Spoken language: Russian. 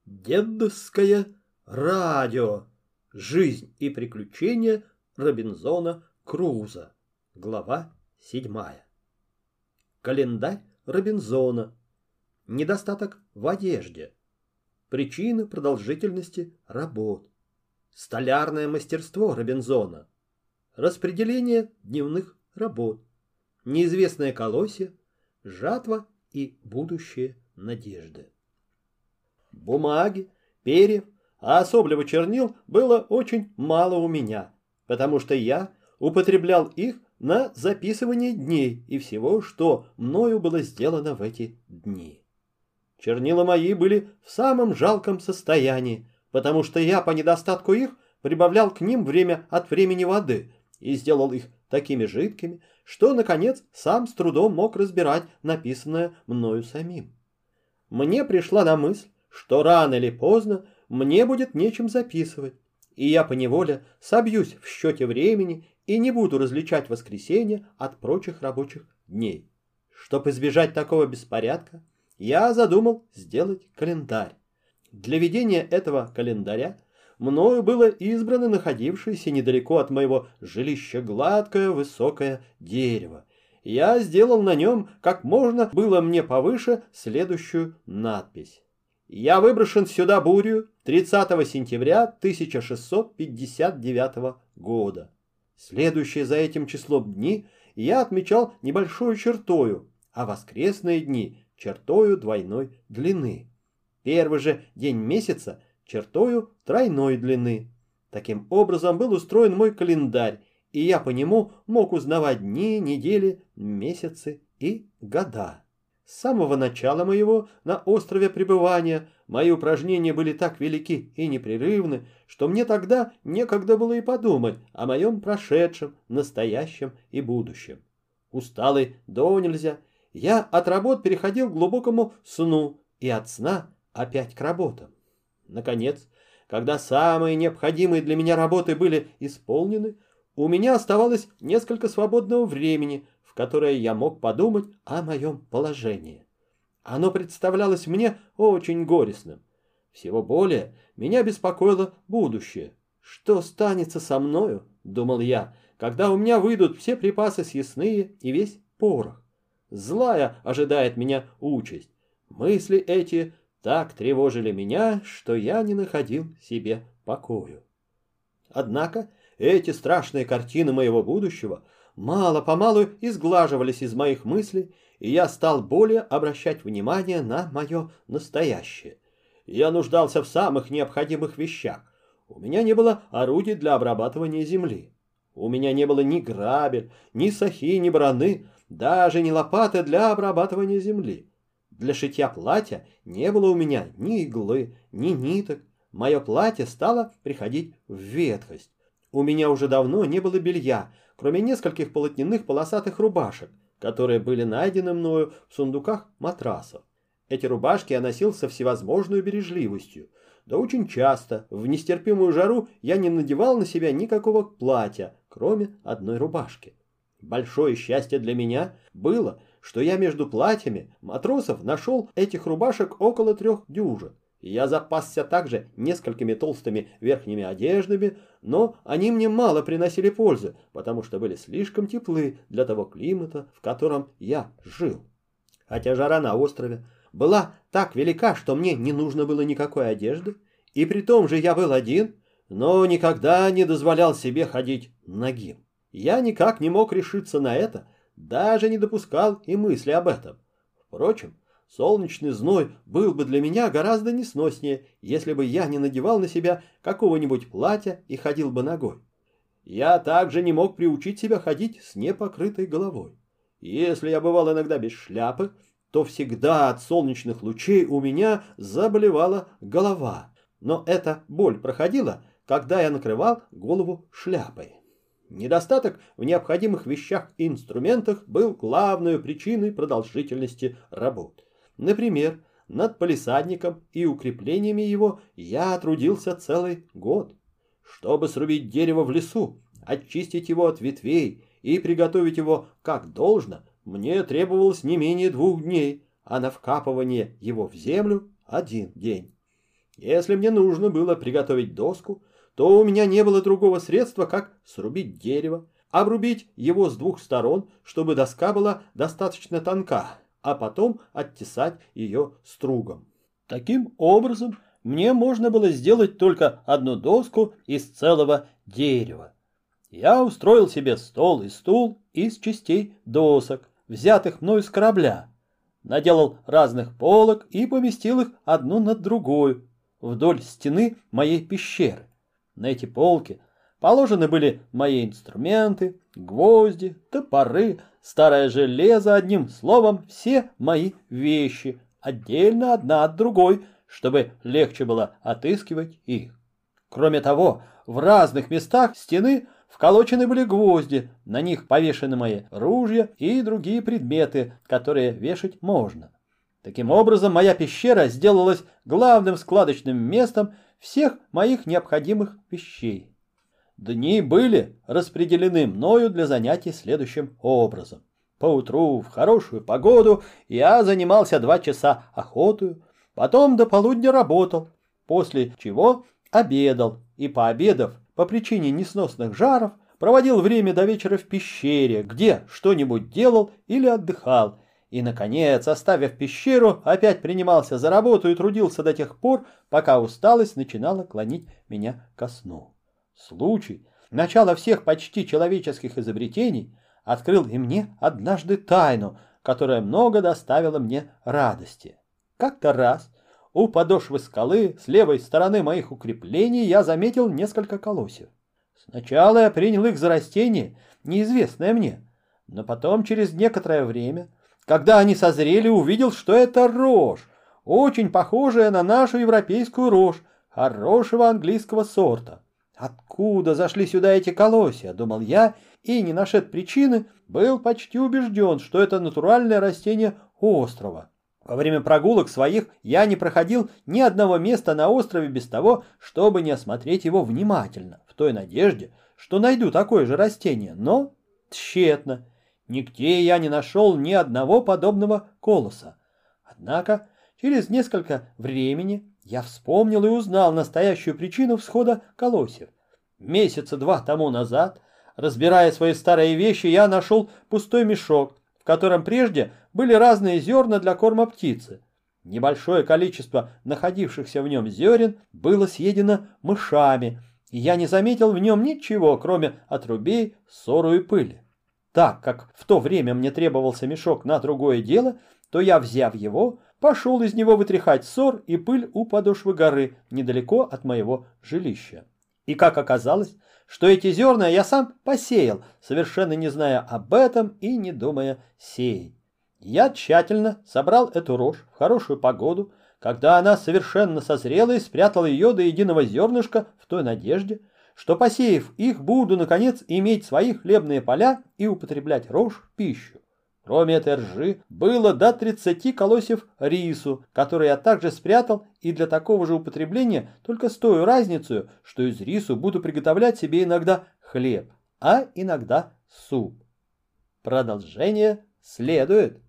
Дедовское радио. Жизнь и приключения Робинзона Крузо. Глава 7. Календарь Робинзона. Недостаток в одежде. Причины продолжительности работ. Столярное мастерство Робинзона. Распределение дневных работ. Неизвестное колосье. Жатва и будущие надежды. Бумаги, перьев, а особливо чернил было очень мало у меня, потому что я употреблял их на записывание дней и всего, что мною было сделано в эти дни. Чернила мои были в самом жалком состоянии, потому что я по недостатку их прибавлял к ним время от времени воды и сделал их такими жидкими, что, наконец, сам с трудом мог разбирать написанное мною самим. Мне пришла на мысль, что рано или поздно мне будет нечем записывать, и я поневоле собьюсь в счете времени и не буду различать воскресенье от прочих рабочих дней. Чтобы избежать такого беспорядка, я задумал сделать календарь. Для ведения этого календаря мною было избрано находившееся недалеко от моего жилища гладкое высокое дерево. Я сделал на нем, как можно было мне повыше, следующую надпись. Я выброшен сюда бурью 30 сентября 1659 года. Следующие за этим числом дни я отмечал небольшой чертою, а воскресные дни чертою двойной длины. Первый же день месяца чертою тройной длины. Таким образом был устроен мой календарь, и я по нему мог узнавать дни, недели, месяцы и года. С самого начала моего на острове пребывания мои упражнения были так велики и непрерывны, что мне тогда некогда было и подумать о моем прошедшем, настоящем и будущем. Усталый донельзя, я от работ переходил к глубокому сну и от сна опять к работам. Наконец, когда самые необходимые для меня работы были исполнены, у меня оставалось несколько свободного времени, в которое я мог подумать о моем положении. Оно представлялось мне очень горестным. Всего более меня беспокоило будущее. Что станется со мною, думал я, когда у меня выйдут все припасы съестные и весь порох? Злая ожидает меня участь. Мысли эти так тревожили меня, что я не находил себе покою. Однако эти страшные картины моего будущего мало-помалу изглаживались из моих мыслей, и я стал более обращать внимание на мое настоящее. Я нуждался в самых необходимых вещах. У меня не было орудий для обрабатывания земли. У меня не было ни грабель, ни сахи, ни браны, даже ни лопаты для обрабатывания земли. Для шитья платья не было у меня ни иглы, ни ниток. Мое платье стало приходить в ветхость. У меня уже давно не было белья, кроме нескольких полотняных полосатых рубашек, которые были найдены мною в сундуках матрасов. Эти рубашки я носил со всевозможной бережливостью, да очень часто, в нестерпимую жару, я не надевал на себя никакого платья, кроме одной рубашки. Большое счастье для меня было, что я между платьями матросов нашел этих рубашек около 3 дюжин. Я запасся также несколькими толстыми верхними одеждами, но они мне мало приносили пользы, потому что были слишком теплы для того климата, в котором я жил. Хотя жара на острове была так велика, что мне не нужно было никакой одежды, и при том же я был один, но никогда не дозволял себе ходить нагим. Я никак не мог решиться на это, даже не допускал и мысли об этом. Впрочем, солнечный зной был бы для меня гораздо несноснее, если бы я не надевал на себя какого-нибудь платья и ходил бы нагой. Я также не мог приучить себя ходить с непокрытой головой. Если я бывал иногда без шляпы, то всегда от солнечных лучей у меня заболевала голова. Но эта боль проходила, когда я накрывал голову шляпой. Недостаток в необходимых вещах и инструментах был главной причиной продолжительности работ. Например, над палисадником и укреплениями его я трудился целый год. Чтобы срубить дерево в лесу, очистить его от ветвей и приготовить его как должно, мне требовалось не менее 2 дней, а на вкапывание его в землю 1 день. Если мне нужно было приготовить доску, то у меня не было другого средства, как срубить дерево, обрубить его с двух сторон, чтобы доска была достаточно тонка, а потом оттесать ее стругом. Таким образом, мне можно было сделать только одну доску из целого дерева. Я устроил себе стол и стул из частей досок, взятых мною с корабля, наделал разных полок и поместил их одну над другой вдоль стены моей пещеры. На эти полки положены были мои инструменты, гвозди, топоры, старое железо, одним словом, все мои вещи, отдельно одна от другой, чтобы легче было отыскивать их. Кроме того, в разных местах стены вколочены были гвозди, на них повешены мои ружья и другие предметы, которые вешать можно. Таким образом, моя пещера сделалась главным складочным местом всех моих необходимых вещей. Дни были распределены мною для занятий следующим образом. Поутру в хорошую погоду я занимался 2 часа охотою, потом до полудня работал, после чего обедал и, пообедав по причине несносных жаров, проводил время до вечера в пещере, где что-нибудь делал или отдыхал, и, наконец, оставив пещеру, опять принимался за работу и трудился до тех пор, пока усталость начинала клонить меня ко сну. Случай начала всех почти человеческих изобретений открыл и мне однажды тайну, которая много доставила мне радости. Как-то раз у подошвы скалы с левой стороны моих укреплений я заметил несколько колосьев. Сначала я принял их за растение, неизвестное мне, но потом через некоторое время, когда они созрели, увидел, что это рожь, очень похожая на нашу европейскую рожь, хорошего английского сорта. Откуда зашли сюда эти колосья, думал я, и, не нашед причины, был почти убежден, что это натуральное растение острова. Во время прогулок своих я не проходил ни одного места на острове без того, чтобы не осмотреть его внимательно, в той надежде, что найду такое же растение, но тщетно. Нигде я не нашел ни одного подобного колоса. Однако через несколько времени я вспомнил и узнал настоящую причину всхода колосьев. Месяца 2 тому назад, разбирая свои старые вещи, я нашел пустой мешок, в котором прежде были разные зерна для корма птицы. Небольшое количество находившихся в нем зерен было съедено мышами, и я не заметил в нем ничего, кроме отрубей, ссору и пыли. Так как в то время мне требовался мешок на другое дело, то я, взяв его, пошел из него вытряхать ссор и пыль у подошвы горы, недалеко от моего жилища. И как оказалось, что эти зерна я сам посеял, совершенно не зная об этом и не думая сеять. Я тщательно собрал эту рожь в хорошую погоду, когда она совершенно созрела, и спрятал ее до единого зернышка в той надежде, что, посеяв их, буду, наконец, иметь свои хлебные поля и употреблять рожь в пищу. Кроме этой ржи было до 30 колосьев рису, который я также спрятал и для такого же употребления, только с той разницей, что из рису буду приготовлять себе иногда хлеб, а иногда суп. Продолжение следует.